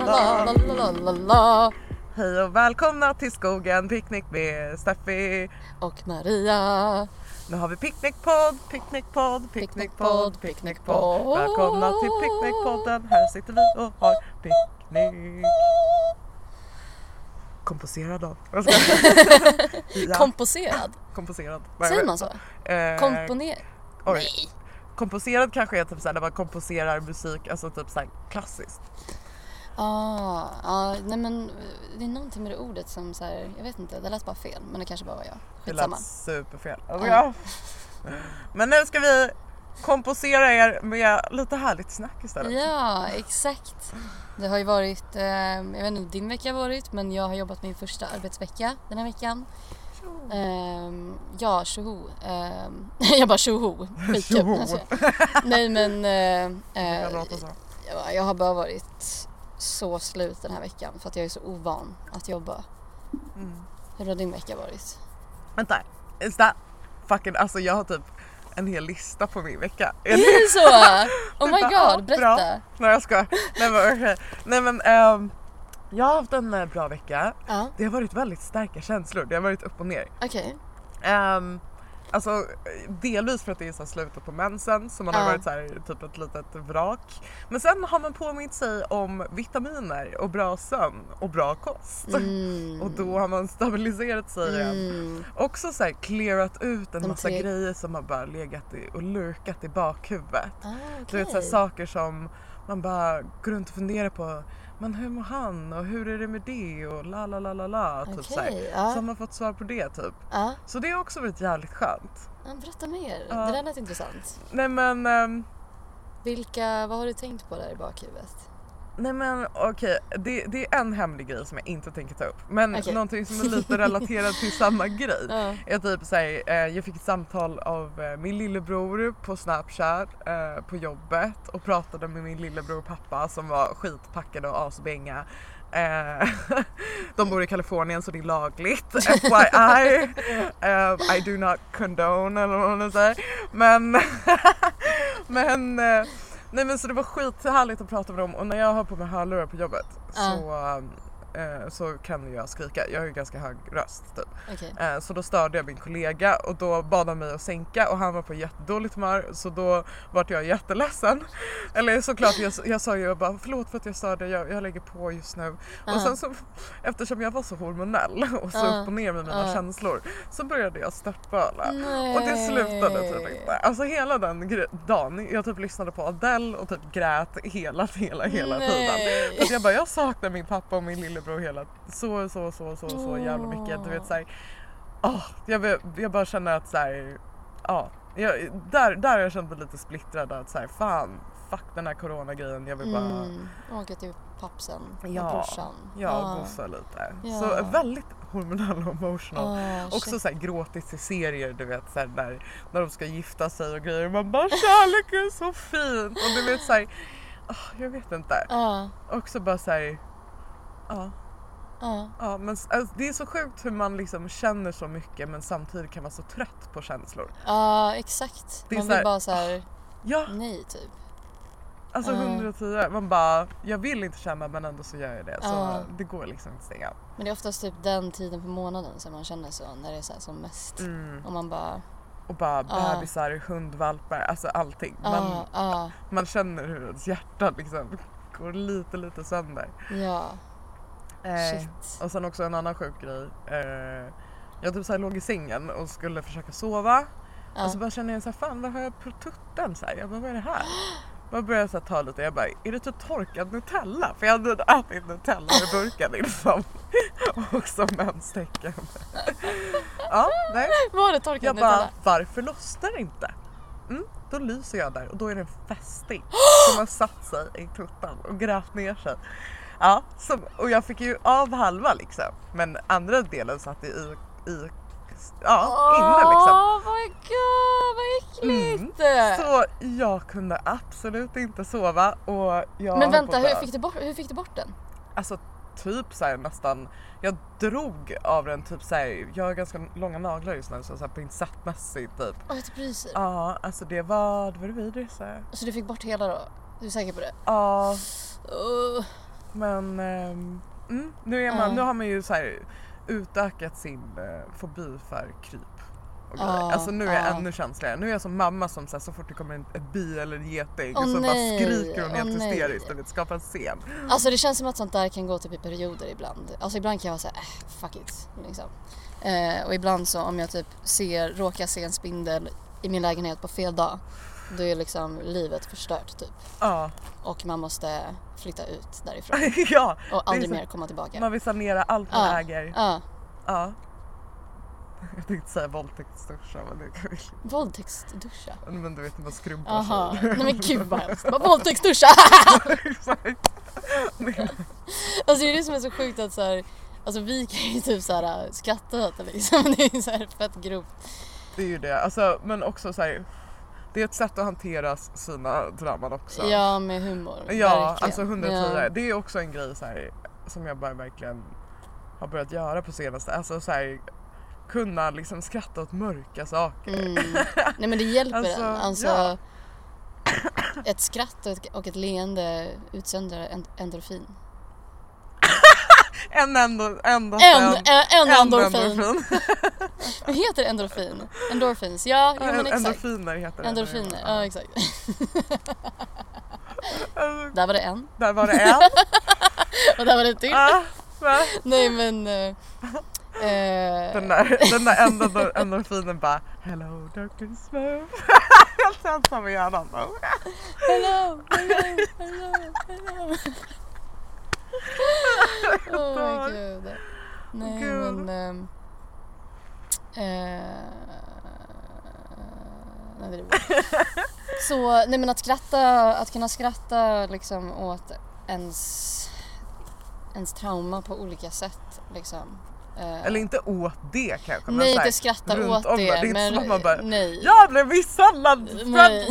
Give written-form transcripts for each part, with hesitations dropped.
la. Hej och välkomna till skogen, picknick med Steffi och Maria. Nu har vi picknickpodd. Välkomna till picknickpodden. Här sitter vi och har picknick. Komposerad av. Ja. Komposerad. Säger man så? Nej. Komposerad kanske är typ såhär när man komposerar musik, alltså typ såhär klassiskt. Nej men det är någonting med det ordet som så här, jag vet inte, det lät bara fel, men det kanske bara var jag. Skitsamma. Det lät superfel. Ja. Men nu ska vi komposera er med lite härligt snack istället. Ja, exakt. Det har ju varit, jag vet inte hur din vecka har varit, men jag har jobbat min första arbetsvecka den här veckan. Ja, tjoho. Jag bara tjoho. Nej men jag har bara varit så slut den här veckan för att jag är så ovan att jobba. Hur har din vecka varit? Vänta, is that fucking, alltså jag har typ en hel lista på min vecka. Är det så? Oh my god, berätta. Bra. Nej jag ska. Nej men jag har haft en bra vecka. Det har varit väldigt starka känslor. Det har varit upp och ner. Okej. Alltså delvis för att det är så slutet på mensen, så man har varit så här, typ ett litet vrak. Men sen har man påmint sig om vitaminer och bra sömn och bra kost. Och då har man stabiliserat sig igen. Också så här clearat ut en massa grejer som har bara legat och lurkat i bakhuvudet. Du vet så här, saker som man bara går runt och funderar på. Men hur mår han och hur är det med det och la typ så här. Så har man fått svar på det typ. Så det har också varit jävligt skönt. Berätta mer. Det där lät intressant. Nej men vad har du tänkt på där i bakhuvudet? Nej men okej, det är en hemlig grej som jag inte tänker ta upp. Men någonting som är lite relaterat till samma grej är typ såhär, jag fick ett samtal av min lillebror på Snapchat på jobbet och pratade med min lillebror och pappa som var skitpackade och asbänga. De bor i Kalifornien så det är lagligt. FYI. I do not condone eller vad man säger. Nej men så det var skithärligt att prata med dem, och när jag har på mig hörlurar på jobbet så kan jag skrika. Jag har ju ganska hög röst typ. Så då störde jag min kollega och då bad han mig att sänka, och han var på jättedåligt humör, så då var jag jätteledsen. Eller såklart jag sa ju bara förlåt för att jag störde, jag lägger på just nu. Och sen så, eftersom jag var så hormonell och så upp och ner med mina känslor, så började jag störtböla. Och det slutade typ inte. Alltså hela den dagen jag typ lyssnade på Adele och typ grät hela tiden. För att jag saknar min pappa och min lillebror så jävla mycket. Du vet så här, jag bara känner att så här, där har jag känt mig lite splittrad, att så här, fuck den här coronagrejen, jag vill bara åka till pappsen och brorsan. Gossa lite. Så väldigt hormonal och emotional. Också så här gråtit i serier, du vet så här, när de ska gifta sig och grejer, man bara kärlek är så fint, och du vet så här, jag vet inte. Också bara så här, men alltså, det är så sjukt hur man liksom känner så mycket men samtidigt kan vara så trött på känslor. Exakt. Det är man vill bara så här, nej typ. Alltså 110, man bara, jag vill inte känna men ändå så gör jag det. Så det går liksom inte att stänga. Men det är oftast typ den tiden på månaden som man känner så, när det är så här som mest. Och man bara... Och bara bebisar, hundvalpar, alltså allting. Man känner hur ens hjärta liksom går lite sönder. Och sen också en annan sjuk grej. Jag typ så här låg i sängen och skulle försöka sova. Och så bara känner jag så här, fan vad har jag på tutten? Så här, jag bara, vad är det här? Man börjar så här ta lite, jag bara, är det typ torkad Nutella? För jag hade ätit Nutella i burken liksom. Och som menstecken. Nej. Var det torkad jag Nutella? Jag bara, varför lossnar det inte? Då lyser jag där och då är det en fästing som har satt sig i tuttan och grävt ner sig. Och jag fick ju av halva liksom. Men andra delen satt i inne liksom. My god, vad äckligt. Så jag kunde absolut inte sova. Och men vänta, hur fick du bort den? Alltså typ så här, nästan. Jag drog av den typ så här, jag har ganska långa naglar just nu, så här pincettmässigt typ. Jag typ ryser. Alltså det var det vidrigt så här. Så du fick bort hela då? Du är säker på det? Men nu har man ju så här utökat sin fobi för kryp. Alltså nu är jag ännu känsligare. Nu är jag som mamma som så fort det kommer ett bi eller en geting så bara skriker hon helt hysteriskt och skapar en scen. Alltså det känns som att sånt där kan gå typ i perioder ibland. Alltså ibland kan jag vara så här, fuck it liksom. Och ibland så om jag typ råkar se en spindel i min lägenhet på fel dag, då är liksom livet förstört typ. Ja. Och man måste flytta ut därifrån. Ja. Och aldrig mer komma tillbaka. Man vill sanera allt man äger. Ja. Jag tänkte säga våldtäktsduscha, men det kan vi inte. Våldtäktsduscha? Men du vet, man skrumpar sig. Nej men gud vad hemskt. Våldtäktsduscha! Alltså det är det som är så sjukt att så här, alltså vi kan ju typ så här skratta åt det liksom. Det är så här fett grovt. Det är ju det. Alltså, men också så här, det är ett sätt att hantera sina draman också. Ja, med humor. Ja, verkligen. alltså 110. Ja. Det är också en grej så här, som jag bara verkligen har börjat göra på senaste. Alltså så här, kunna liksom skratta åt mörka saker. Nej men det hjälper alltså, en. Alltså, ett skratt och ett leende utsöndrar endorfin. En endorfin. Vad heter endorfin? Endorphins, ja, men exakt. Endorfiner heter det. Endorfiner, ja exakt. Där var det en. Där var det en. Och där var det till. Nej men... Den där endorfinen bara hello Dr. Smooth. Helt ensam i hjärnan. Hello. Åh gud. Nej Gud. men nej, det är bra. Så nej men att kunna skratta liksom åt ens trauma på olika sätt liksom. Eller inte åt det kanske. Nej, inte skratta åt det. Det är inte som att man bara, nej. Jag blev misshandlad. Nej,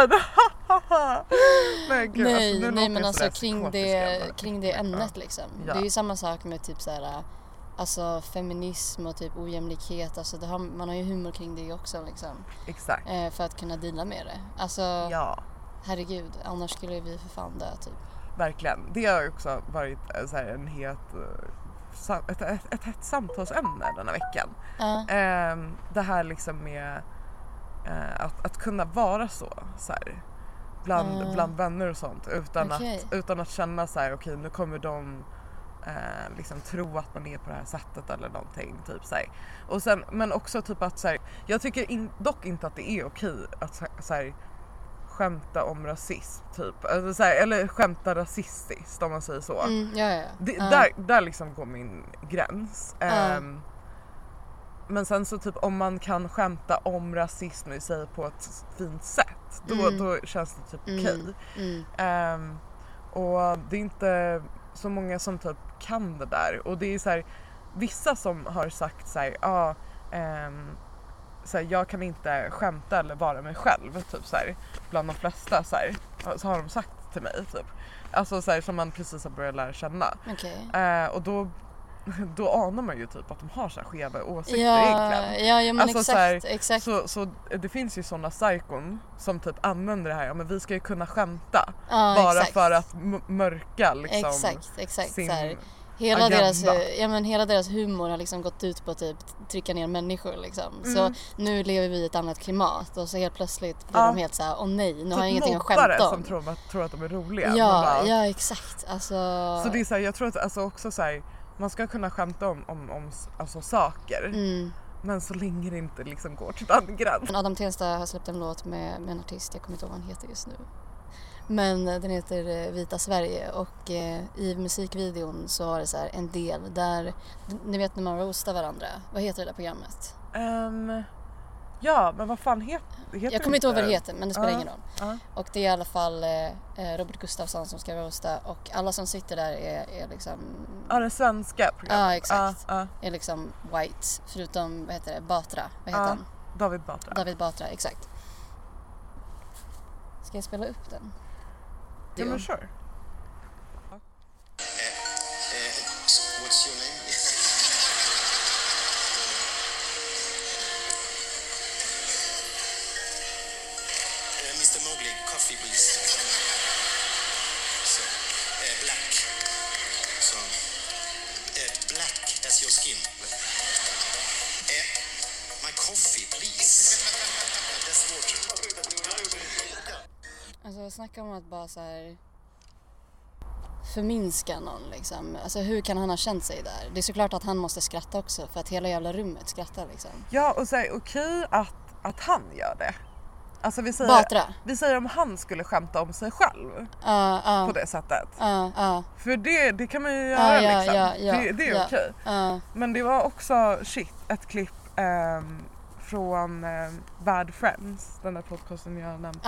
gud, nej, alltså, men alltså kring det ämnet liksom. Ja. Det är ju samma sak med typ såhär, alltså feminism och typ ojämlikhet. Alltså man har ju humor kring det också liksom. Exakt. För att kunna deala med det. Alltså, herregud, annars skulle vi för fan dö typ. Verkligen. Det har också varit så här, en ett samtalsämne denna veckan. Det här liksom med att kunna vara så här, bland vänner och sånt utan att känna så här, okej, nu kommer de liksom tro att man är på det här sättet eller någonting typ så här. Och sen, men också typ att så här, jag tycker dock inte att det är okej att så här, skämta om rasism typ, alltså, så här, eller skämta rasistiskt om man säger så. Där liksom går min gräns. Men sen så typ om man kan skämta om rasism i sig på ett fint sätt, då känns det typ okej. Och det är inte så många som typ kan det där, och det är så här, vissa som har sagt så här, så här, jag kan inte skämta eller vara mig själv typ så här, bland de flesta så här, så har de sagt till mig typ, alltså så här, som man precis har börjat lära känna. Och då anar man ju typ att de har så här skeva åsikter egentligen. Ja, men alltså, exakt. Så det finns ju såna psykon som typ använder det här, ja men vi ska ju kunna skämta bara för att mörka liksom. Exakt. Sin så här, hela deras humor har liksom gått ut på att typ trycka ner människor liksom. Så nu lever vi i ett annat klimat och så helt plötsligt blir de helt så här, åh nej, nu har jag ingenting att skämta om. Som tror att de är roliga. Ja, exakt. Alltså... Så det är så här, jag tror att alltså också så här, man ska kunna skämta om alltså saker. Men så länge det inte liksom går till den gränsen. Adam Tensta har släppt en låt med en artist, jag kommer inte ihåg vad han heter just nu. Men den heter Vita Sverige, och i musikvideon så har det så här en del där, ni vet när man roastar varandra. Vad heter det där programmet? Ja, men vad fan heter jag kommer inte ihåg vad det heter, men det spelar ingen roll. Och det är i alla fall Robert Gustafsson som ska roasta, och alla som sitter där är liksom... Ja, det svenska programmet. Ja, exakt. Är liksom white, förutom, vad heter det, Batra. Vad heter han? David Batra, exakt. Ska jag spela upp den? Ja, men sure. What's your name? Mr. Mowgli, coffee please. So, black. That's your skin. My coffee, please. That's water. Alltså snacka om att bara så här förminska någon liksom. Alltså hur kan han ha känt sig där? Det är såklart att han måste skratta också för att hela jävla rummet skrattar liksom. Ja, och så okej att han gör det. Alltså vi säger om han skulle skämta om sig själv på det sättet. För det kan man ju göra liksom. Det är okej. Men det var också ett klipp från Bad Friends, den där podcasten jag har nämnt.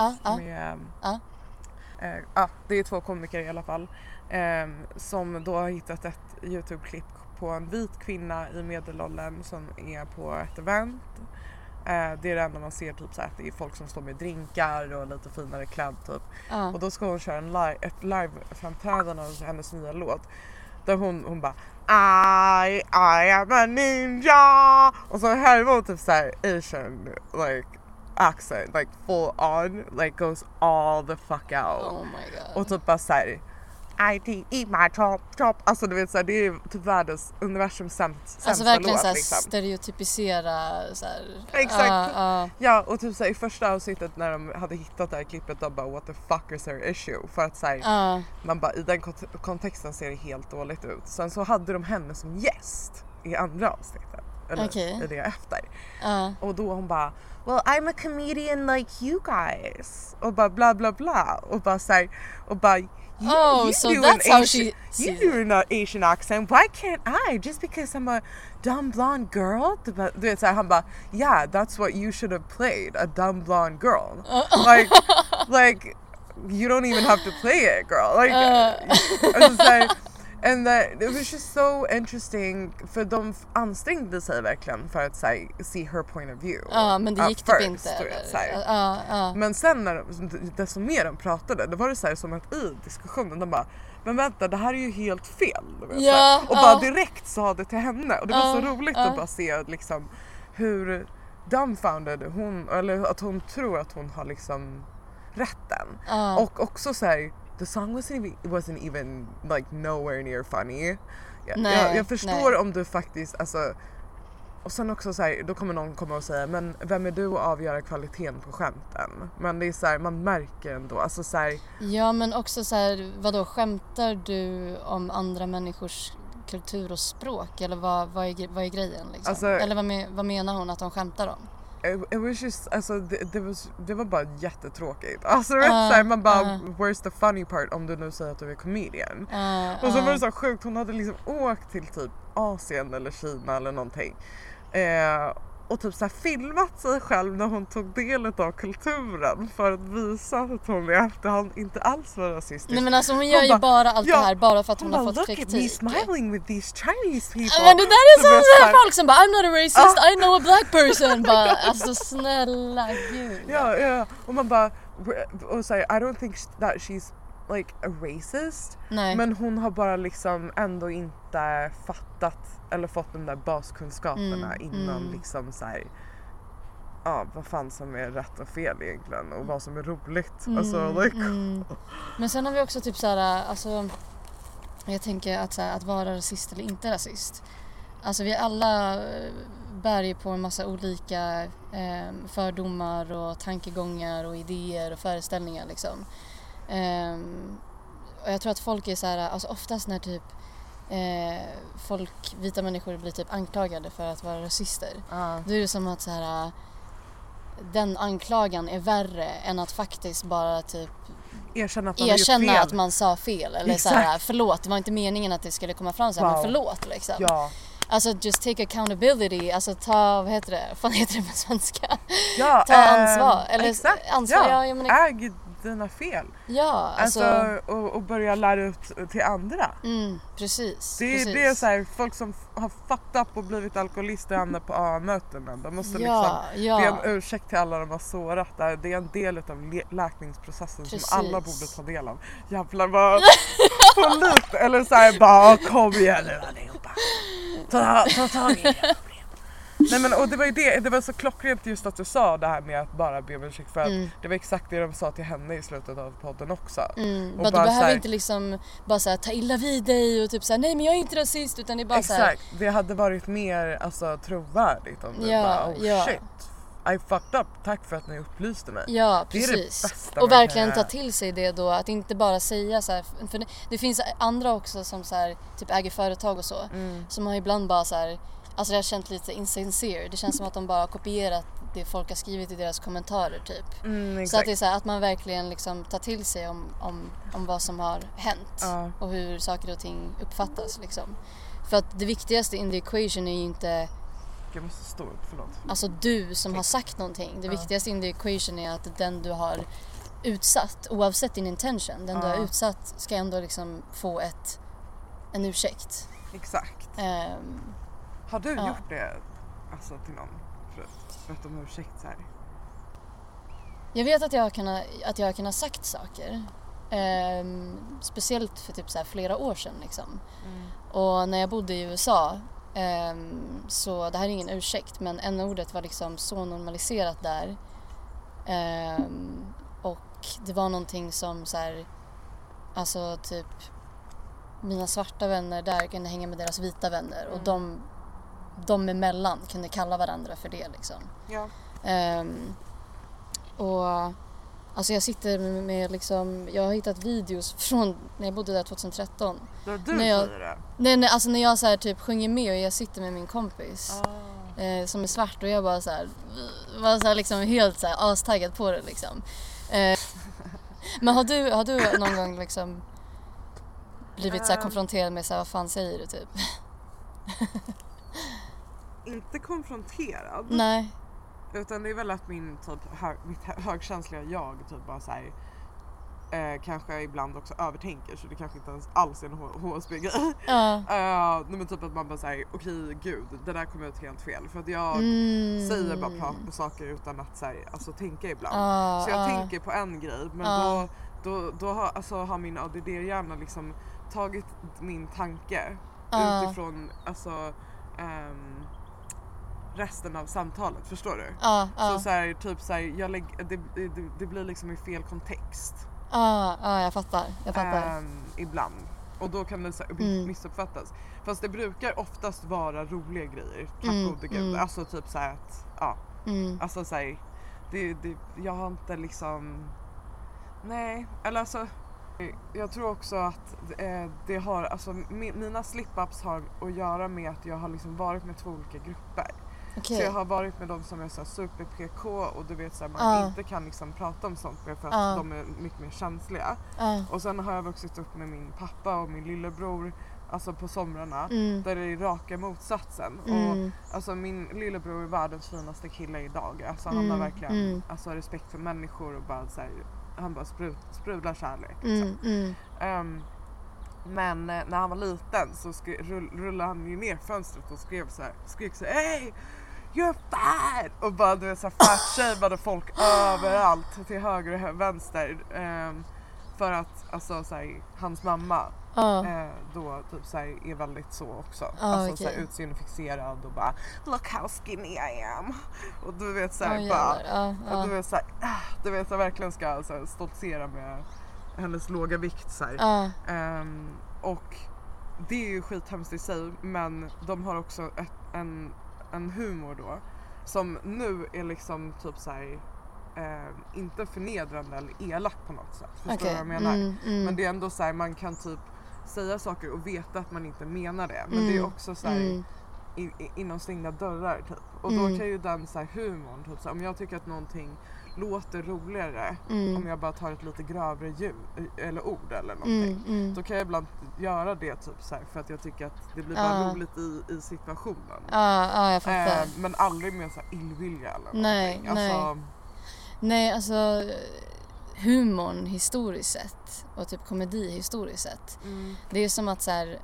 Det är 2 komiker i alla fall som då har hittat ett YouTube-klipp på en vit kvinna i medelåldern som är på ett event. Det är det enda man ser typ så att det är folk som står med drinkar och lite finare klädd typ. Och då ska hon köra ett live-framträdande av hennes nya låt. Där hon bara I am a ninja. Och så här var typ så här Asian like accent, like full on, like goes all the fuck out. Oh my god. Och typ bara så här I eat my chop. Alltså du vet så här, det är typ världens universums sämsta alltså verkligen låt, så här liksom. Stereotypisera så här. Exakt. Ja, och typ så här, i första avsnittet när de hade hittat det här klippet då bara what the fuck is their issue? För att så här, man bara i den kontexten ser det helt dåligt ut. Sen så hade de henne som gäst i andra avsnittet. Eller i det efter. Och då hon bara well I'm a comedian like you guys. Och bara bla bla bla. Och bara så här, och bara you so do that's how she you do an Asian accent. Why can't I? Just because I'm a dumb blonde girl? Du vet så här, han bara yeah, that's what you should have played, a dumb blonde girl. Like you don't even have to play it, girl. Like alltså, så här, and it was just so interesting för de ansträngde sig verkligen för att see her point of view. Men det gick typ inte. Men sen när desto mer de pratade, då var det så här som att i diskussionen de bara men vänta, det här är ju helt fel. Och bara direkt sa det till henne. Och det var så roligt att bara se liksom hur dumbfounded hon, eller att hon tror att hon har liksom rätten. Och också så här, the song wasn't even like nowhere near funny. Jag förstår om du faktiskt alltså, och sen också så här, då kommer någon komma och säga men vem är du att avgöra kvaliteten på skämten? Men det är så här, man märker ändå alltså så här, ja men också så här, vadå, skämtar du om andra människors kultur och språk eller vad är grejen liksom? Alltså, eller vad menar hon att de skämtar om? It was just, alltså det var bara jättetråkigt. Alltså så här, man bara where's the funny part om du nu säger att du är comedian. Och så var det så sjukt, hon hade liksom åkt till typ Asien eller Kina eller någonting. Och typ så här filmat sig själv när hon tog del av kulturen för att visa att hon i efterhand inte alls var rasistisk. Nej men alltså hon gör ju bara allt det här bara för att hon har fått kritik. Look at me smiling with these Chinese people. Men det där är som folk som bara I'm not a racist, I know a black person. Bara, alltså snälla gud. Ja. Och man bara och säger I don't think that she's like a racist. Nej. Men hon har bara liksom ändå inte fattat eller fått de där baskunskaperna innan liksom så här, vad fan som är rätt och fel egentligen och vad som är roligt. Alltså like. Men sen har vi också typ så här, alltså jag tänker att så här, att vara rasist eller inte rasist. Alltså vi alla bär ju på en massa olika fördomar och tankegångar och idéer och föreställningar liksom. Och jag tror att folk är så här, alltså oftast när typ vita människor blir typ anklagade för att vara rasister. Då är det som att så här, den anklagan är värre än att faktiskt bara typ erkänna att man sa fel eller så här, förlåt, det var inte meningen att det skulle komma fram så här, men förlåt liksom. Ja. Alltså just take accountability, alltså ta, vad heter det på svenska? Ja, ta ansvar eller exakt. Ansvar, äg dina fel. Ja, alltså och börja lära ut till andra. Precis. Det är så här, folk som har fattat och blivit alkoholister hamnar på A-mötena. De måste liksom be om ursäkt till alla de har sårat. Det är en del av läkningsprocessen som alla borde ta del av. Jävlar vad polit eller så här bara kom igen nu allihopa. Ta tag i det. Nej men och det var ju det var så klockrent just att du sa det här med att bara be om ursäkt för att det var exakt det de sa till henne i slutet av podden också. Och du behöver inte liksom bara så här, ta illa vid dig och typ så här, nej men jag är inte rasist, utan det är bara exakt, så här, det hade varit mer alltså trovärdigt om du bara shit, I fucked up, tack för att ni upplyste mig. Ja, precis. Det är det bästa och verkligen ta till sig det då, att inte bara säga så här, för det finns andra också som så här, typ äger företag och så, som har ibland bara så här, alltså det har känt lite insincere. Det känns som att de bara har kopierat det folk har skrivit i deras kommentarer typ. Så att det är så här, att man verkligen liksom tar till sig om vad som har hänt och hur saker och ting uppfattas liksom. För att det viktigaste in the equation är ju inte jag måste stå upp, förlåt. Alltså du som har sagt någonting. Det viktigaste in the equation är att den du har utsatt, oavsett din intention, den du har utsatt ska ändå liksom få en ursäkt. Exakt. Har du gjort det alltså till någon för att de har ursäkt så här? Jag vet att jag har kunnat sagt saker. Speciellt för typ så här flera år sedan liksom. Och när jag bodde i USA, så det här är ingen ursäkt, men n-ordet var liksom så normaliserat där. Och det var någonting som så här, alltså typ mina svarta vänner där kunde hänga med deras vita vänner och de emellan kunde kalla varandra för det liksom. Ja. Och alltså jag sitter med liksom, jag har hittat videos från när jag bodde där 2013. Du säger det? Nej, alltså när jag så här typ sjunger med och jag sitter med min kompis som är svart och jag bara så här var så här liksom helt så här astaggad på det liksom. Men har du någon gång liksom blivit så här konfronterad med så här, vad fan säger du typ? Inte konfronterad. Nej. Utan det är väl att mitt högkänsliga jag typ bara så här, kanske ibland också övertänker, så det kanske inte ens alls är en HSB-grej. Men typ att man bara säger okej, gud, det där kommer ut helt fel. För att jag säger bara saker utan att så här, alltså, tänka ibland. Så jag tänker på en grej, men då har min ADD-hjärna liksom tagit min tanke utifrån alltså resten av samtalet, förstår du? Så här, typ så här, det blir liksom i fel kontext. Jag fattar. Ibland. Och då kan det så här, missuppfattas. Fast det brukar oftast vara roliga grejer. Tack gode gud. Alltså typ så här att alltså så här, jag har inte liksom nej, eller alltså jag tror också att det har alltså mina slip-ups har att göra med att jag har liksom varit med 2 olika grupper. Okay. Så jag har varit med dem som är så super PK och du vet så här, man inte kan liksom prata om sånt för att de är mycket mer känsliga. Och sen har jag vuxit upp med min pappa och min lillebror, alltså på somrarna, där det är raka motsatsen. Och alltså min lillebror är världens finaste kille idag. Alltså han har verkligen alltså respekt för människor och bara så här, han bara sprudlar kärlek liksom. Men när han var liten så rullade han ju ner fönstret och skrek så här, hey, you're fat! Och bara du vet så fatshameade folk överallt till höger och vänster. För att alltså så här, hans mamma då typ så här, är väldigt så också. Alltså okay. Så här, utseendefixerad och bara look how skinny I am. Och du vet så här, bara och du vet så här, du vet så verkligen ska så här, stoltsera med hennes låga vikt så här. Och det är ju skithemskt i sig, men de har också en humor då som nu är liksom typ så här, inte förnedrande eller elak på något sätt. Förstår du vad jag menar? Men det är ändå så här, man kan typ säga saker och veta att man inte menar det. Men det är också så här inom stängda dörrar typ. Och då kan ju den så här humorn typ så här, om jag tycker att någonting låter roligare om jag bara tar ett lite grövre ljud eller ord eller någonting. Då kan jag ibland göra det typ så här, för att jag tycker att det blir bara roligt i situationen. Jag fattar. Men aldrig med så här illvilja eller någonting. Nej, alltså humorn historiskt sett och typ komedi historiskt sett. Det är som att så här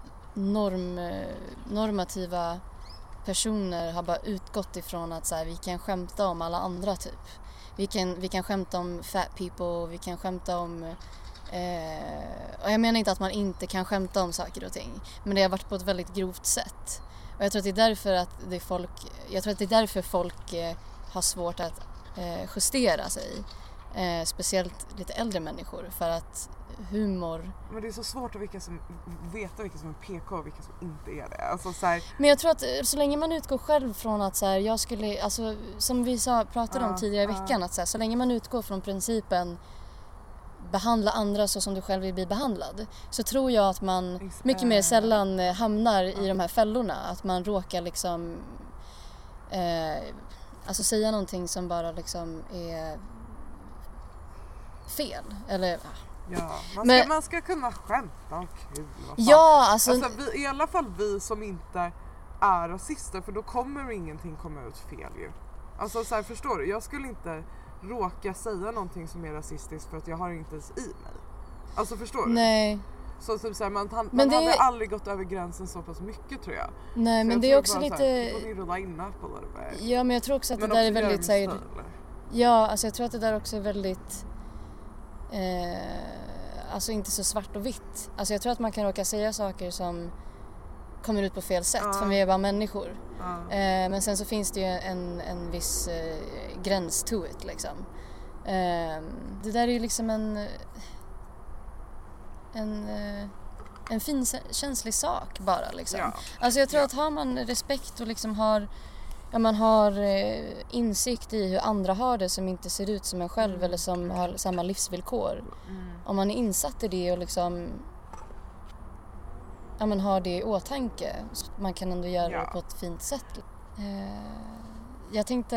normativa personer har bara utgått ifrån att så här, vi kan skämta om alla andra typ. Vi kan skämta om fat people, vi kan skämta om Och jag menar inte att man inte kan skämta om saker och ting, men det har varit på ett väldigt grovt sätt. Och jag tror att det är därför folk har svårt att justera sig. Speciellt lite äldre människor, för att humor... Men det är så svårt att veta vilka som är PK och vilka som inte är det. Alltså, så här... Men jag tror att så länge man utgår själv från att så här, jag skulle, alltså, som vi pratade om tidigare i veckan, att så länge man utgår från principen behandla andra så som du själv vill bli behandlad, så tror jag att man mycket mer sällan hamnar i de här fällorna. Att man råkar liksom alltså säga någonting som bara liksom är fel. Eller... Ja, man ska kunna skämta och kul. Ja, alltså i alla fall vi som inte är rasister, för då kommer ingenting komma ut fel ju. Alltså så här, förstår du? Jag skulle inte råka säga någonting som är rasistiskt för att jag har inte ens i mig. Alltså förstår du? Nej. Så typ så här, man hade aldrig gått över gränsen så pass mycket, tror jag. Nej, så men det är också lite... Ja, men jag tror också att det där är väldigt... Så här... Ja, alltså jag tror att det där också är väldigt... alltså inte så svart och vitt. Alltså jag tror att man kan råka säga saker som kommer ut på fel sätt, för vi är bara människor. Men sen så finns det ju en viss gräns to it liksom. Det där är ju liksom en fin känslig sak bara liksom. Ja. Alltså jag tror att har man respekt och liksom man har insikt i hur andra har det som inte ser ut som en själv eller som har samma livsvillkor. Om man är insatt i det och liksom man har det i åtanke, så man kan ändå göra det på ett fint sätt. Jag tänkte,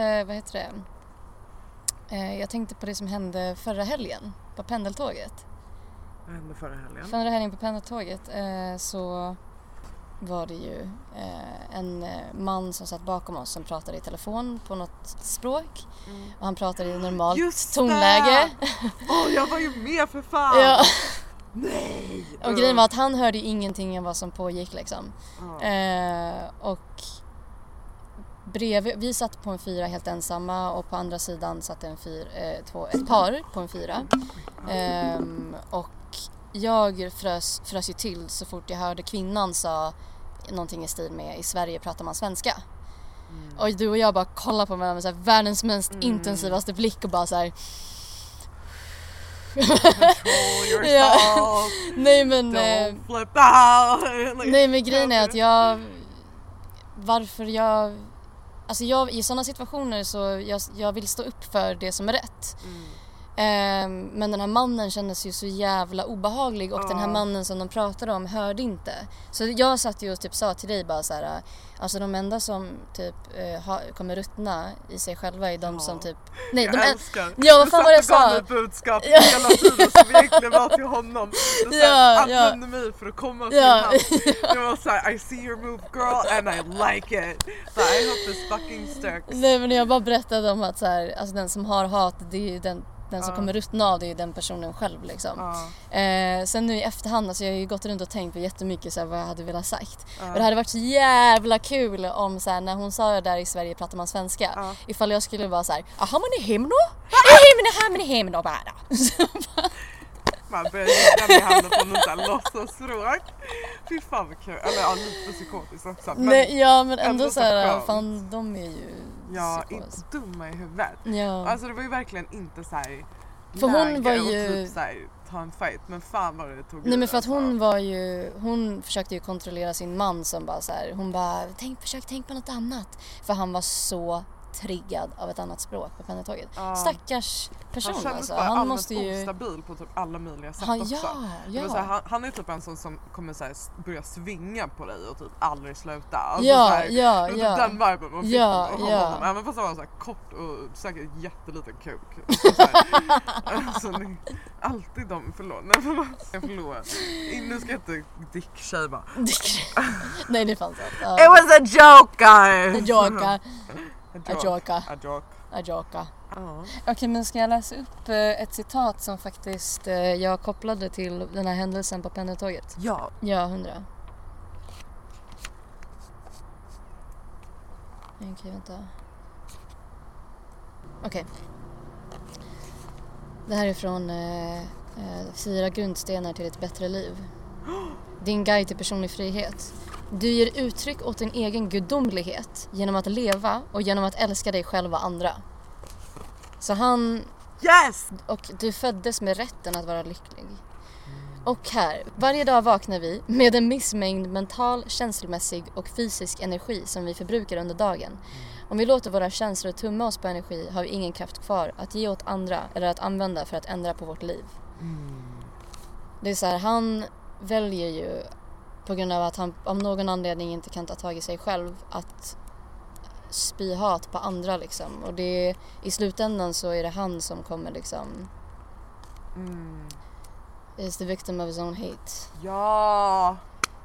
jag tänkte på det som hände förra helgen på pendeltåget. Vad hände förra helgen? Förra helgen på pendeltåget så var det ju en man som satt bakom oss som pratade i telefon på något språk. Och han pratade i normalt tonläge. Jag var ju med för fan! Ja. Nej! Och grejen var att han hörde ju ingenting om vad som pågick liksom. Och bredvid, vi satt på en 4 helt ensamma, och på andra sidan satt ett par på en 4. Och jag frös ju till så fort jag hörde kvinnan sa någonting i stil med: i Sverige pratar man svenska. Och du och jag bara kollade på varandra med så här världens mest intensivaste blick och bara så här. Control yourself. Nej men flip out. Nej men grejen är att jag i sådana situationer så jag vill stå upp för det som är rätt. Men den här mannen kändes ju så jävla obehaglig, och den här mannen som de pratade om hörde inte. Så jag satt ju och typ sa till dig bara så här, alltså de enda som typ kommer ruttna i sig själva är de som typ jag älskar. Ja, vad fan var det jag sa? Ett budskap hela tiden som egentligen var till honom. Använde mig för att komma till honom. Det var så här: I see your move girl and I like it. So I hope this fucking sticks. Nej, men jag bara berättade om att så här, alltså den som har hat, det är ju den som kommer ruttna av, det är ju den personen själv liksom. Sen nu i efterhand, alltså jag har ju gått runt och tänkt på jättemycket så här, vad jag hade velat sagt. Och det hade varit så jävla kul om så här, när hon sa där i Sverige pratar man svenska, ifall jag skulle vara så här: har man i hem då? Bara. Man börjar lägga med handen på något där låtsasspråk. Fy fan vad kul. Eller lite psykotiskt också. Men men ändå så här, fan de är ju inte dumma i huvudet. Ja. Alltså det var ju verkligen inte så här. För hon var ju typ så här, ta en fight, men fan vad det tog. Nej, men för att hon försökte ju kontrollera sin man som bara så här, hon bara försök tänk på något annat, för han var så triggad av ett annat språk på pendeltåget. Stackars person. Han kändes alltså. bara Han måste ju ostabil på typ alla möjliga sätt också. Ja. Så här, han är typ en sån som kommer så här, börja svinga på dig och typ aldrig sluta. Alltså, den viben man fick honom. Även fast han var så här kort och säkert jätteliten kuk. Alltså, alltid de, förlåt. Nu ska jag inte dick-shama. Nej, det fanns inte. It was a joke, guys! A joke. Okej, men ska jag läsa upp ett citat som faktiskt jag kopplade till den här händelsen på pendeltåget? Ja, 100. Okej, vänta. Okej. Det här är från 4 grundstenar till ett bättre liv. Din guide till personlig frihet. Du ger uttryck åt din egen gudomlighet genom att leva och genom att älska dig själv och andra. Så han... Yes! Och du föddes med rätten att vara lycklig. Och här, varje dag vaknar vi med en missmängd mental, känslomässig och fysisk energi som vi förbrukar under dagen. Om vi låter våra känslor tumma oss på energi har vi ingen kraft kvar att ge åt andra eller att använda för att ändra på vårt liv. Det är så här, han väljer ju på grund av att han av någon anledning inte kan ta tag i sig själv att spy hat på andra liksom. Och det, i slutändan så är det han som kommer liksom is the victim of his own hate. Ja,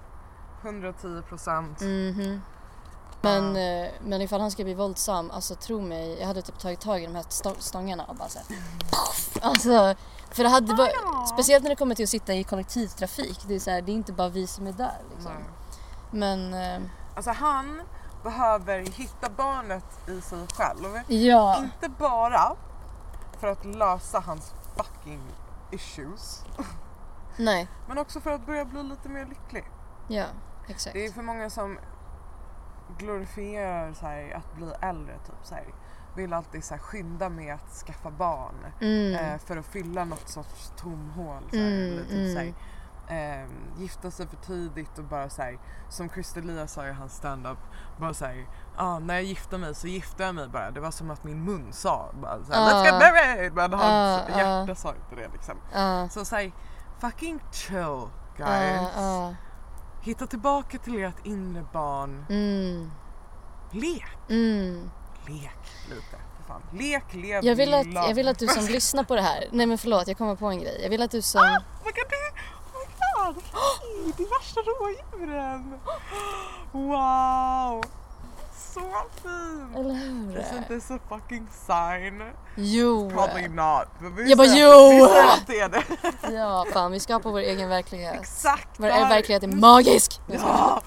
110%. Men ifall han ska bli våldsam, alltså tro mig, jag hade typ tagit tag i de här stångarna och bara så här, alltså, för det hade bara, speciellt när det kommer till att sitta i kollektivtrafik, det är så här, det är inte bara vi som är där liksom. Men alltså han behöver hitta barnet i sig själv. ja. Inte bara för att lösa hans fucking issues. Nej. Men också för att börja bli lite mer lycklig. Ja, exakt. Det är för många som glorifierar så här, att bli äldre typ så här, vill alltid så här, skynda med att skaffa barn för att fylla något sorts tomhål så här, eller typ så här, gifta sig för tidigt och bara så här, som Christelia sa i hans stand-up, bara så här, när jag gifte mig så gifte jag mig bara, det var som att min mun sa bara så här, let's get married, men hans hjärta sa inte det liksom. Så säg fucking chill guys. Hitta tillbaka till ert inre barn. Lek. Lek lite. För fan. Lek, lev, jag vill att du som lyssnar på det här. Nej men förlåt, jag kommer på en grej. Jag vill att du som... Oh my god. Det är värsta rådjuren. Wow. Så fin. Eller hur? Isn't this a fucking sign? Jo. Probably not. Jag bara jo. Det är det. Ja, fan, vi skapar vår egen verklighet. Exakt. Vår verklighet är magisk. Ja.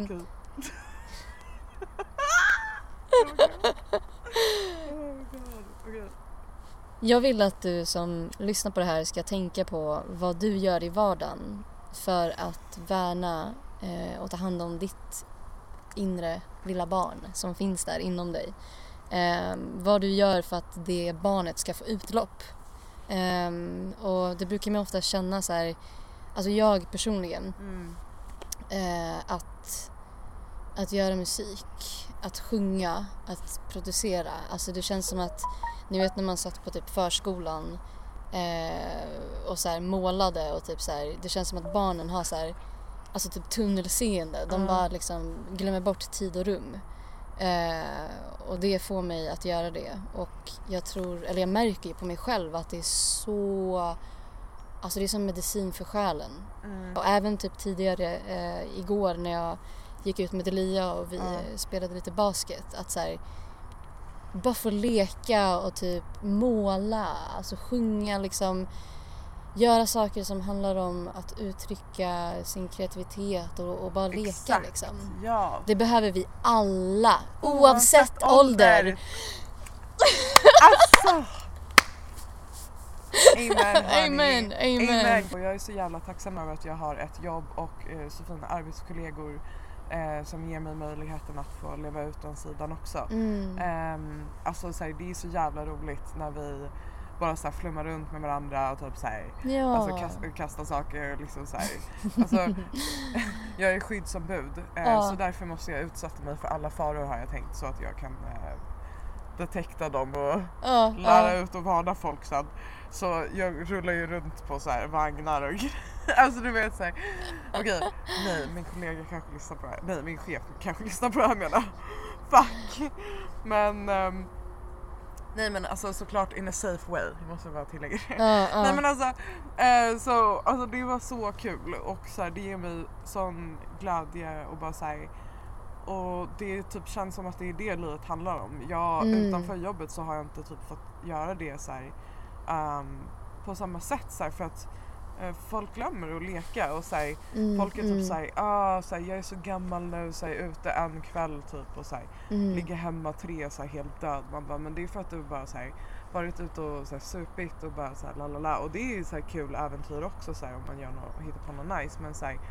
Okay. Jag vill att du som lyssnar på det här ska tänka på vad du gör i vardagen för att värna och ta hand om ditt inre lilla barn som finns där inom dig. Vad du gör för att det barnet ska få utlopp. Och det brukar man ofta känna så här, alltså jag personligen, att göra musik, att sjunga, att producera. Alltså det känns som att, ni vet när man satt på typ förskolan och så här målade och typ så här, det känns som att barnen har så här, alltså typ tunnelseende. De bara liksom glömmer bort tid och rum. Och det får mig att göra det. Och jag tror, eller jag märker ju på mig själv att det är så, alltså det är som medicin för själen. Och även typ tidigare igår när jag gick ut med Delia och vi spelade lite basket, att så här, bara få leka och typ måla, alltså sjunga liksom, göra saker som handlar om att uttrycka sin kreativitet och bara leka liksom. Ja. Det behöver vi alla, oavsett ålder. Alltså. Amen. Och jag är så jävla tacksam över att jag har ett jobb och så fina arbetskollegor som ger mig möjligheten att få leva ut den sidan också. Alltså så här, det är så jävla roligt när vi bara så här flummar runt med varandra och typ så här, alltså kasta saker liksom så här. Alltså jag är skyddsombud så därför måste jag utsätta mig för alla faror, har jag tänkt, så att jag kan detekta dem och lära ut och varna folk sen. Så jag rullar ju runt på så här vagnar och alltså du vet så här. Okej, nej, min kollega kanske lyssnar på det här. Nej, min chef kanske lyssnar på det här, menar. Fuck. Men nej, men alltså såklart in a safe way. Jag måste bara tillägga det. Nej men alltså så alltså det var så kul och så här, det ger mig sån glädje och bara så här, och det typ känns som att det är det livet handlar om. Jag utanför jobbet så har jag inte typ fått göra det så här, på samma sätt så här, för att folk glömmer att leka och så här, folk är typ så här, jag är så gammal nu, så här, ute en kväll typ och så här, ligger hemma 3 så här, helt död. Man bara, men det är för att du bara så här, varit ute och så här supit och bara så här lalala. Och det är ju så här kul äventyr också så här, om man gör något, hittar på något nice. Men så här,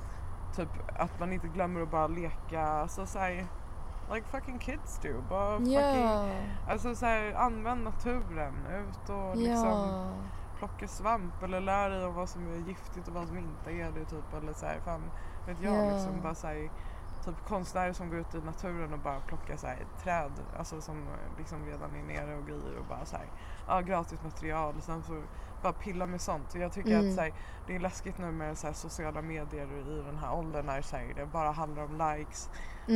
typ att man inte glömmer att bara leka, alltså så här, like fucking kids do. Bara fucking, alltså så här, använd naturen, ut och liksom plocka svamp eller lär dig om vad som är giftigt och vad som inte är det typ, eller så här, fan vet jag liksom, bara så här, typ konstnärer som går ut i naturen och bara plockar så här träd, alltså som liksom redan är nere och grejer och bara så här, gratis material, och sen så bara pilla med sånt. Och jag tycker att så här, det är läskigt nu med så här, sociala medier i den här åldern när så här, det bara handlar om likes.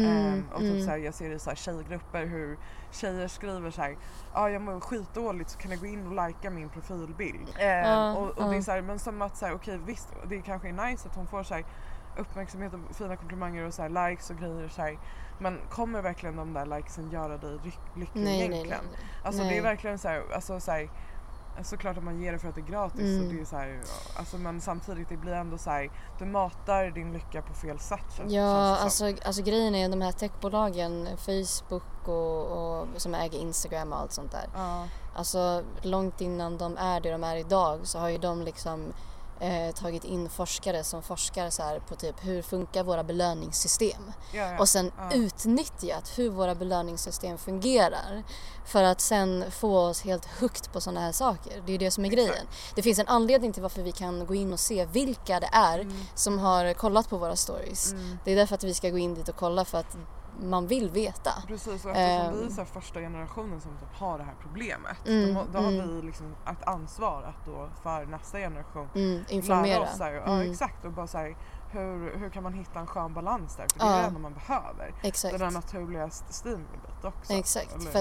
Och typ så här, jag ser i så här tjejgrupper hur tjejer skriver så här, jag mår skitdåligt, så kan jag gå in och likea min profilbild. Och det är så här, men som att så här, okej, visst, det kanske är nice att hon får så här uppmärksamhet och fina komplimanger och så här, likes och grejer så här, men kommer verkligen de där likesen göra dig lycklig egentligen? Nej. Alltså det är verkligen så här, alltså så här, såklart att man ger det för att det är gratis, och det är så här, alltså, men samtidigt det blir ändå så här, du matar din lycka på fel sätt. Ja, alltså grejen är de här techbolagen, Facebook och som äger Instagram och allt sånt där. Alltså långt innan de är det de är idag så har ju de liksom tagit in forskare som forskar så här på typ hur funkar våra belöningssystem och sen utnyttjat hur våra belöningssystem fungerar för att sen få oss helt hooked på sådana här saker. Det är ju det som är grejen. Det finns en anledning till varför vi kan gå in och se vilka det är som har kollat på våra stories. Det är därför att vi ska gå in dit och kolla, för att man vill veta. Precis, och eftersom vi är så här första generationen som typ har det här problemet, då har vi liksom ett ansvar att då för nästa generation informera. Oss här, exakt, och bara så här, hur kan man hitta en skön balans där, för det är det enda man behöver. Exakt. Det där naturliga stimulet också. Exakt, eller,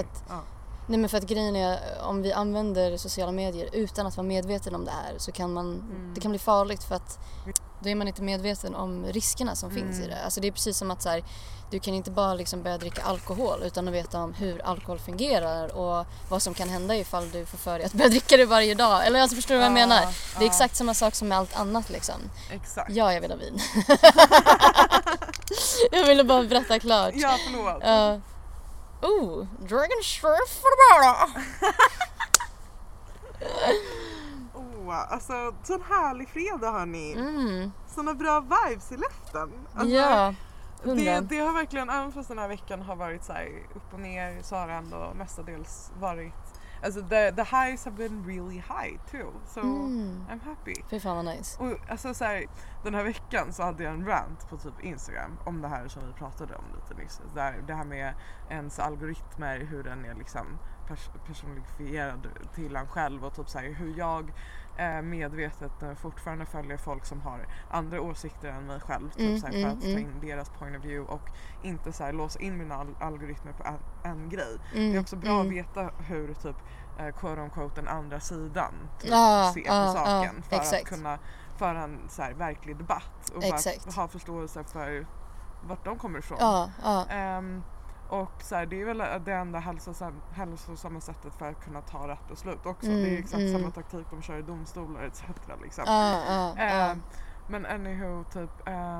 för att grejen är, om vi använder sociala medier utan att vara medveten om det här, så kan man det kan bli farligt, för att då är man inte medveten om riskerna som finns i det. Alltså det är precis som att så här, du kan inte bara liksom börja dricka alkohol utan att veta om hur alkohol fungerar och vad som kan hända ifall du får för dig att börja dricka det varje dag. Eller alltså, förstår du vad jag menar? Det är exakt samma sak som med allt annat liksom. Exakt. Ja, jag vill ha vin. Jag ville bara berätta klart. Ja, förlåt. Dragon Surf for the bara. Alltså, sån härlig fredag hörni. Såna bra vibes i luften. Alltså, det har verkligen, även fast den här veckan har varit så här upp och ner, så har det ändå mestadels varit, alltså the highs have been really high too, so I'm happy. Fy fan vad nice. Och alltså så här, den här veckan så hade jag en rant på typ Instagram om det här som vi pratade om lite nyss, det här med ens algoritmer, hur den är liksom personifierad till en själv, och typ så här, hur jag medvetet fortfarande följer folk som har andra åsikter än mig själv, typ så här, för att ta in deras point of view och inte så här, låsa in mina algoritmer på en grej. Det är också bra att veta hur typ quote on quote den andra sidan typ, ser på saken, för att kunna föra en så här, verklig debatt och bara ha förståelse för vart de kommer ifrån. Och så här, det är väl det enda hälsosamma sättet för att kunna ta rätt beslut också. Det är exakt samma taktik de kör i domstolar etc. Liksom. Men anywho, typ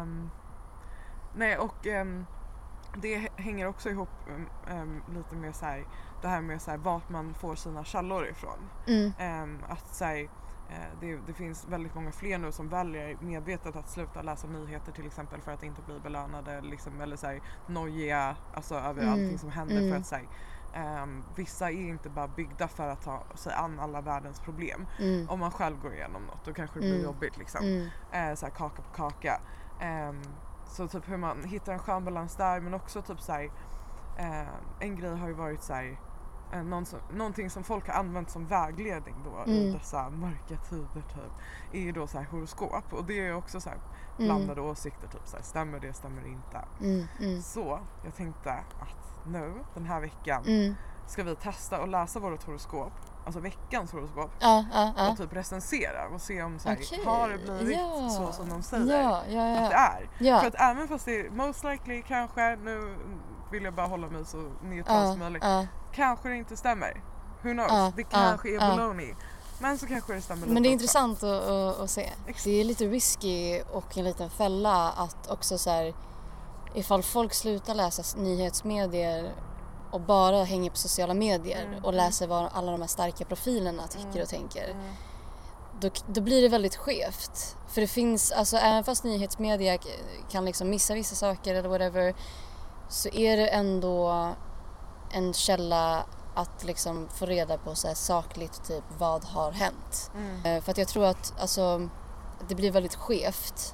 nej, och det hänger också ihop lite med så här, det här med så här, vart man får sina källor ifrån. Att så här, det finns väldigt många fler nu som väljer medvetet att sluta läsa nyheter till exempel, för att inte bli belönade liksom, eller så här, nojiga alltså, över allting som händer, för att säga vissa är inte bara byggda för att ta sig an alla världens problem. Om man själv går igenom något, då kanske det blir jobbigt liksom. Så här, kaka på kaka. Så typ hur man hittar en skön balans där, men också typ så här, en grej har ju varit så här, någonting som folk har använt som vägledning då i dessa mörka tider typ, är ju då så här horoskop, och det är också så här blandade åsikter, typ så här, stämmer det, stämmer det inte. Så jag tänkte att nu den här veckan ska vi testa och läsa vårt horoskop, alltså veckans horoskop, och typ recensera och se om så här, har det blivit så som de säger att det är. För att även fast det är most likely, kanske, nu vill jag bara hålla mig så neutral som möjligt, kanske det inte stämmer. Who knows? Det kanske är baloney. Men så kanske det stämmer. Men det är intressant att se. Det är lite risky och en liten fälla att också så här, ifall folk slutar läsa nyhetsmedier och bara hänger på sociala medier och läser vad alla de här starka profilerna tycker och tänker, då blir det väldigt skevt. För det finns, alltså även fast nyhetsmedia kan liksom missa vissa saker eller whatever, så är det ändå en källa att liksom få reda på så här sakligt typ vad har hänt. För att jag tror att alltså, det blir väldigt skevt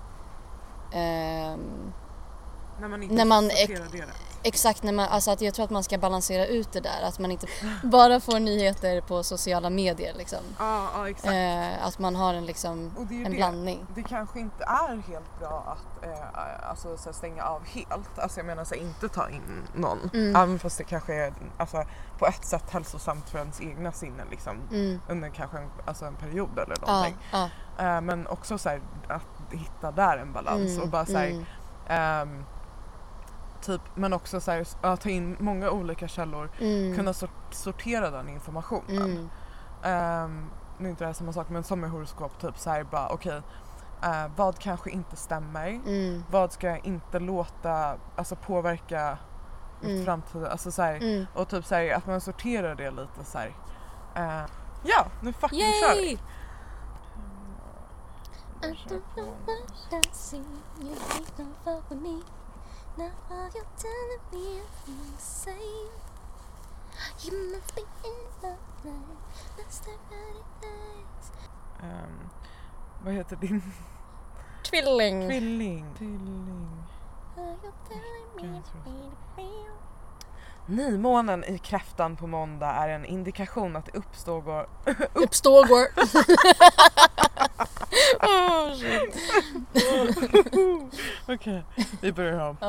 när man inte sorterar det. Exakt, alltså att jag tror att man ska balansera ut det där, att man inte bara får nyheter på sociala medier liksom. Ja, exakt. Att man har en blandning. Det kanske inte är helt bra att alltså, så stänga av helt. Alltså jag menar så inte ta in någon. Även fast det kanske är alltså, på ett sätt hälsosamt för ens egna sinnen liksom, under kanske en period eller någonting. Men också så här, att hitta där en balans och bara så här, typ, men också så här, att ta in många olika källor, kunna sortera den informationen. Nu är inte det här samma sak, men som med horoskop typ så här, bara okej, vad kanske inte stämmer, vad ska jag inte låta alltså påverka framtiden, alltså så här, och typ så här, att man sorterar det lite så här. Ja, nu fucking kör vi. I don't know what I see, you don't fuck with me. Now all you're telling me is the same. You must be in love, that's the very days. Vad heter din? Tvilling. Nymånen i Kräftan på måndag är en indikation att det uppstår. Shit. Okej, vi börjar om.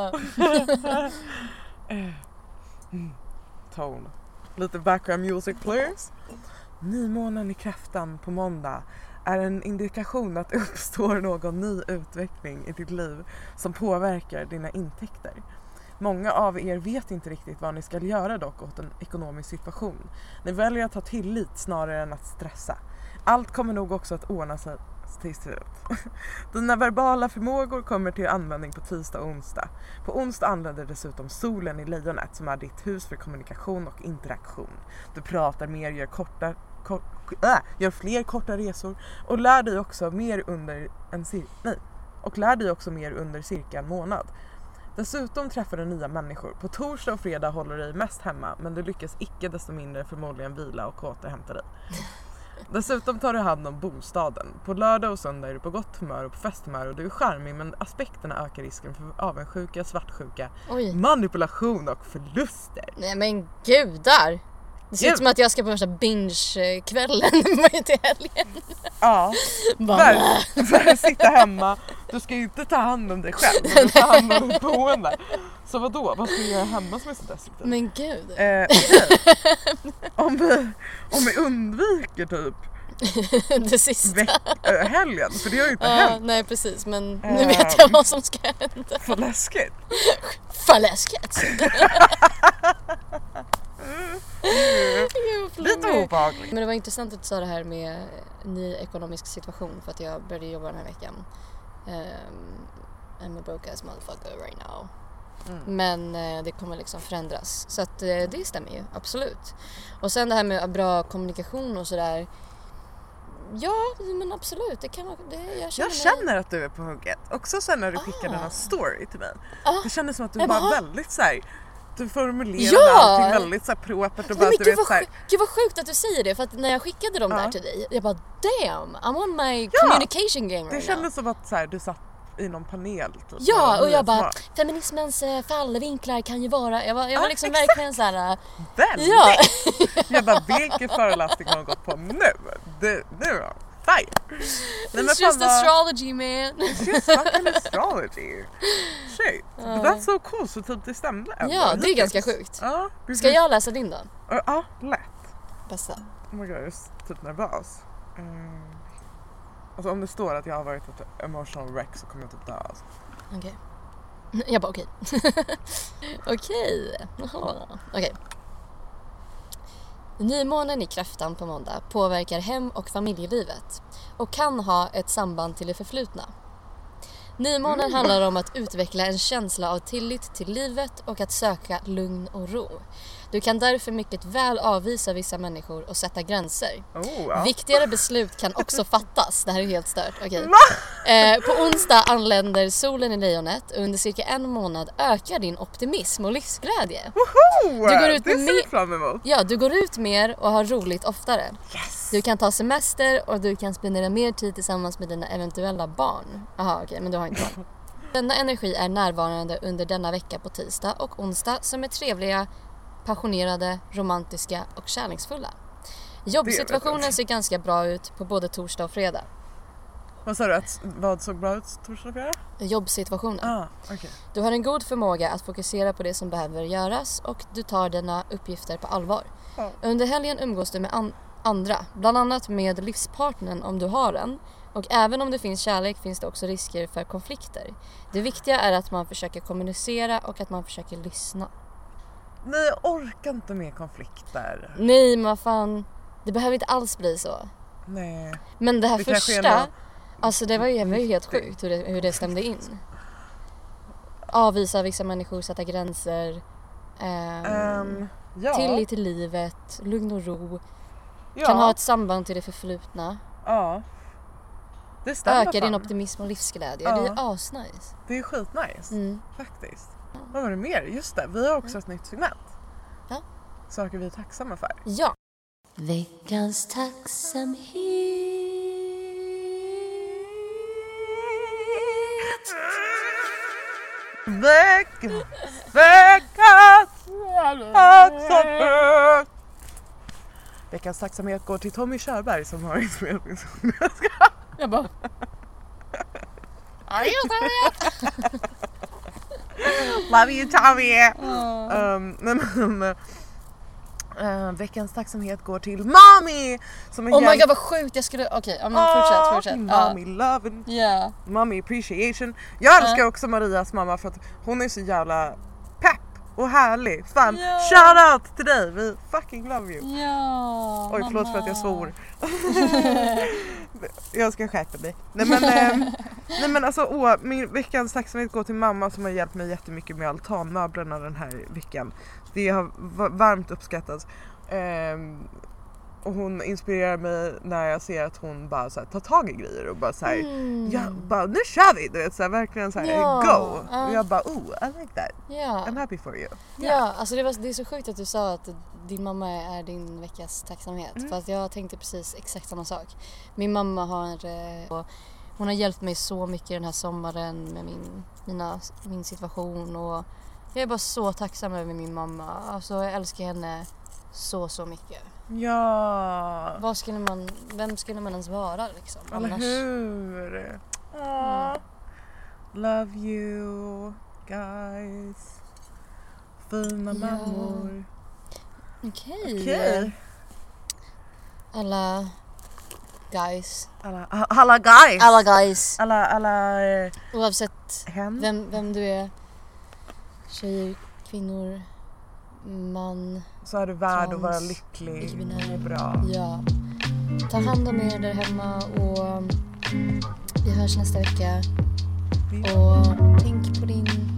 Tone. Lite background music please. Nymånen i Kräftan på måndag är en indikation att det uppstår någon ny utveckling i ditt liv som påverkar dina intäkter. Många av er vet inte riktigt vad ni ska göra dock åt en ekonomisk situation. Ni väljer att ha tillit snarare än att stressa. Allt kommer nog också att ordna sig till slut. Dina verbala förmågor kommer till användning på tisdag och onsdag. På onsdag anländer dessutom solen i lejonet som är ditt hus för kommunikation och interaktion. Du pratar mer, gör fler korta resor och lär dig också mer under cirka en månad. Dessutom träffar du nya människor. På torsdag och fredag håller du dig mest hemma, men du lyckas icke desto mindre förmodligen vila och återhämta dig. Dessutom tar du hand om bostaden. På lördag och söndag är du på gott humör och på festhumör och du är charmig, men aspekterna ökar risken för avundsjuka, svartsjuka, manipulation och förluster. Nej men gudar! Det ser ut som att jag ska på värsta binge-kvällen till helgen. Ja, bara sitta hemma. Du ska ju inte ta hand om dig själv, men du tar hand om ditt boende. Så vadå? Vad ska du göra hemma som är så destruktivt? Men gud. Om vi undviker typ det sista helgen, för det har ju inte hänt. Nej precis, men nu vet jag vad som ska hända. För läskigt. Lite obehagligt. Men det var intressant att du sa det här med ny ekonomisk situation, för att jag började jobba den här veckan. I'm a broke ass motherfucker right now. Men det kommer liksom förändras. Så att det stämmer ju, absolut. Och sen det här med bra kommunikation och sådär. Ja, men absolut. Det kan vara, jag känner att du är på hugget. Också sen när du skickade den här story till mig. Det kändes som att du var väldigt så här. Du formulerade allting väldigt så här propert och bara du vet så här. Gud vad sjukt att du säger det, för att när jag skickade dem där till dig, jag bara damn, I'm on my communication game right now. Det kändes som att så här, du satt i någon panel typ. Ja, och jag bara feminismens fallvinklar kan ju vara. Jag var liksom verkligen så här. Jag bara, vilken föreläsning har gått på nu? Nu då. Fire. It's just astrology, man. It's just fucking astrology. Shit. But that's so cool. Så typ det stämde. Ja, det är ganska sjukt. Ska jag läsa din då? Ja, lätt. Bästa. Oh my god, jag är typ nervös. Alltså om det står att jag har varit ett emotional wreck så kommer jag typ dö. Alltså. Okej. Jag bara okej. Okej. Nymånen i Kräftan på måndag påverkar hem- och familjelivet och kan ha ett samband till det förflutna. Nymånen handlar om att utveckla en känsla av tillit till livet och att söka lugn och ro. Du kan därför mycket väl avvisa vissa människor och sätta gränser. Ja. Viktigare beslut kan också fattas. Det här är helt stört. Okay. På onsdag anländer solen i lejonet och under cirka 1 månad ökar din optimism och livsglädje. Woho! Du går ut det ser jag fram emot. Ja, du går ut mer och har roligt oftare. Yes. Du kan ta semester och du kan spendera mer tid tillsammans med dina eventuella barn. Jaha, okej, men du har inte barn. Denna energi är närvarande under denna vecka på tisdag och onsdag som är trevliga, passionerade, romantiska och kärleksfulla. Jobbsituationen ser ganska bra ut på både torsdag och fredag. Vad sa du? Vad såg bra ut torsdag och fredag? Jobbsituationen. Okay. Du har en god förmåga att fokusera på det som behöver göras och du tar dina uppgifter på allvar. Under helgen umgås du med andra, bland annat med livspartnern om du har en. Och även om det finns kärlek finns det också risker för konflikter. Det viktiga är att man försöker kommunicera och att man försöker lyssna. Nej, jag orkar inte med konflikter. Nej, men fan, det behöver inte alls bli så. Nej. Men det här första, alltså det var ju helt sjukt hur det stämde in. Avvisa vissa människor, sätta gränser. Tillit till livet, lugn och ro. Kan ha ett samband till det förflutna. Ja. Det stämmer. Öka din optimism och livsglädje. Det är asnice. Det är skitnice. Faktiskt. Vad var det mer? Just det, vi har också ett nytt segment. Ja. Saker vi är tacksamma för. Ja. Veckans tacksamhet. Veckans tacksamhet går till Tommy Körberg som har inspirerat min sång. Jag bara... Love you Tommy! Veckans tacksamhet går till Mommy! Som oh my god vad sjukt, jag skulle... Okej, fortsätt. Mommy loving, Mommy appreciation. Jag älskar också Marias mamma för att hon är så jävla pepp och härlig. Fan, shout out till dig, vi fucking love you. Oj, förlåt för att jag svor. Jag ska skärpa mig. Nej men alltså, min veckans tacksamhet går till mamma som har hjälpt mig jättemycket med altanmöblerna den här veckan. Det har varmt uppskattats. Och hon inspirerar mig när jag ser att hon bara så här, tar tag i grejer och bara så här, nu kör vi, du vet, så här, verkligen så här, go. Och jag bara, I like that. I'm happy for you. Ja, alltså det är så sjukt att du sa att din mamma är din veckas tacksamhet. För att jag tänkte precis exakt samma sak. Min mamma hon har hjälpt mig så mycket den här sommaren med min situation och jag är bara så tacksam över min mamma. Alltså jag älskar henne så mycket. Ja. Vem skulle man ens vara liksom? Eller hur? Love you guys. Fina mammor. Okej. Alla guys. Alla guys. Oavsett vem du är. Tjejer, kvinnor, man. Så är du värd att vara lycklig och bra. Ja. Ta hand om er där hemma och vi hörs nästa vecka. Och tänk på din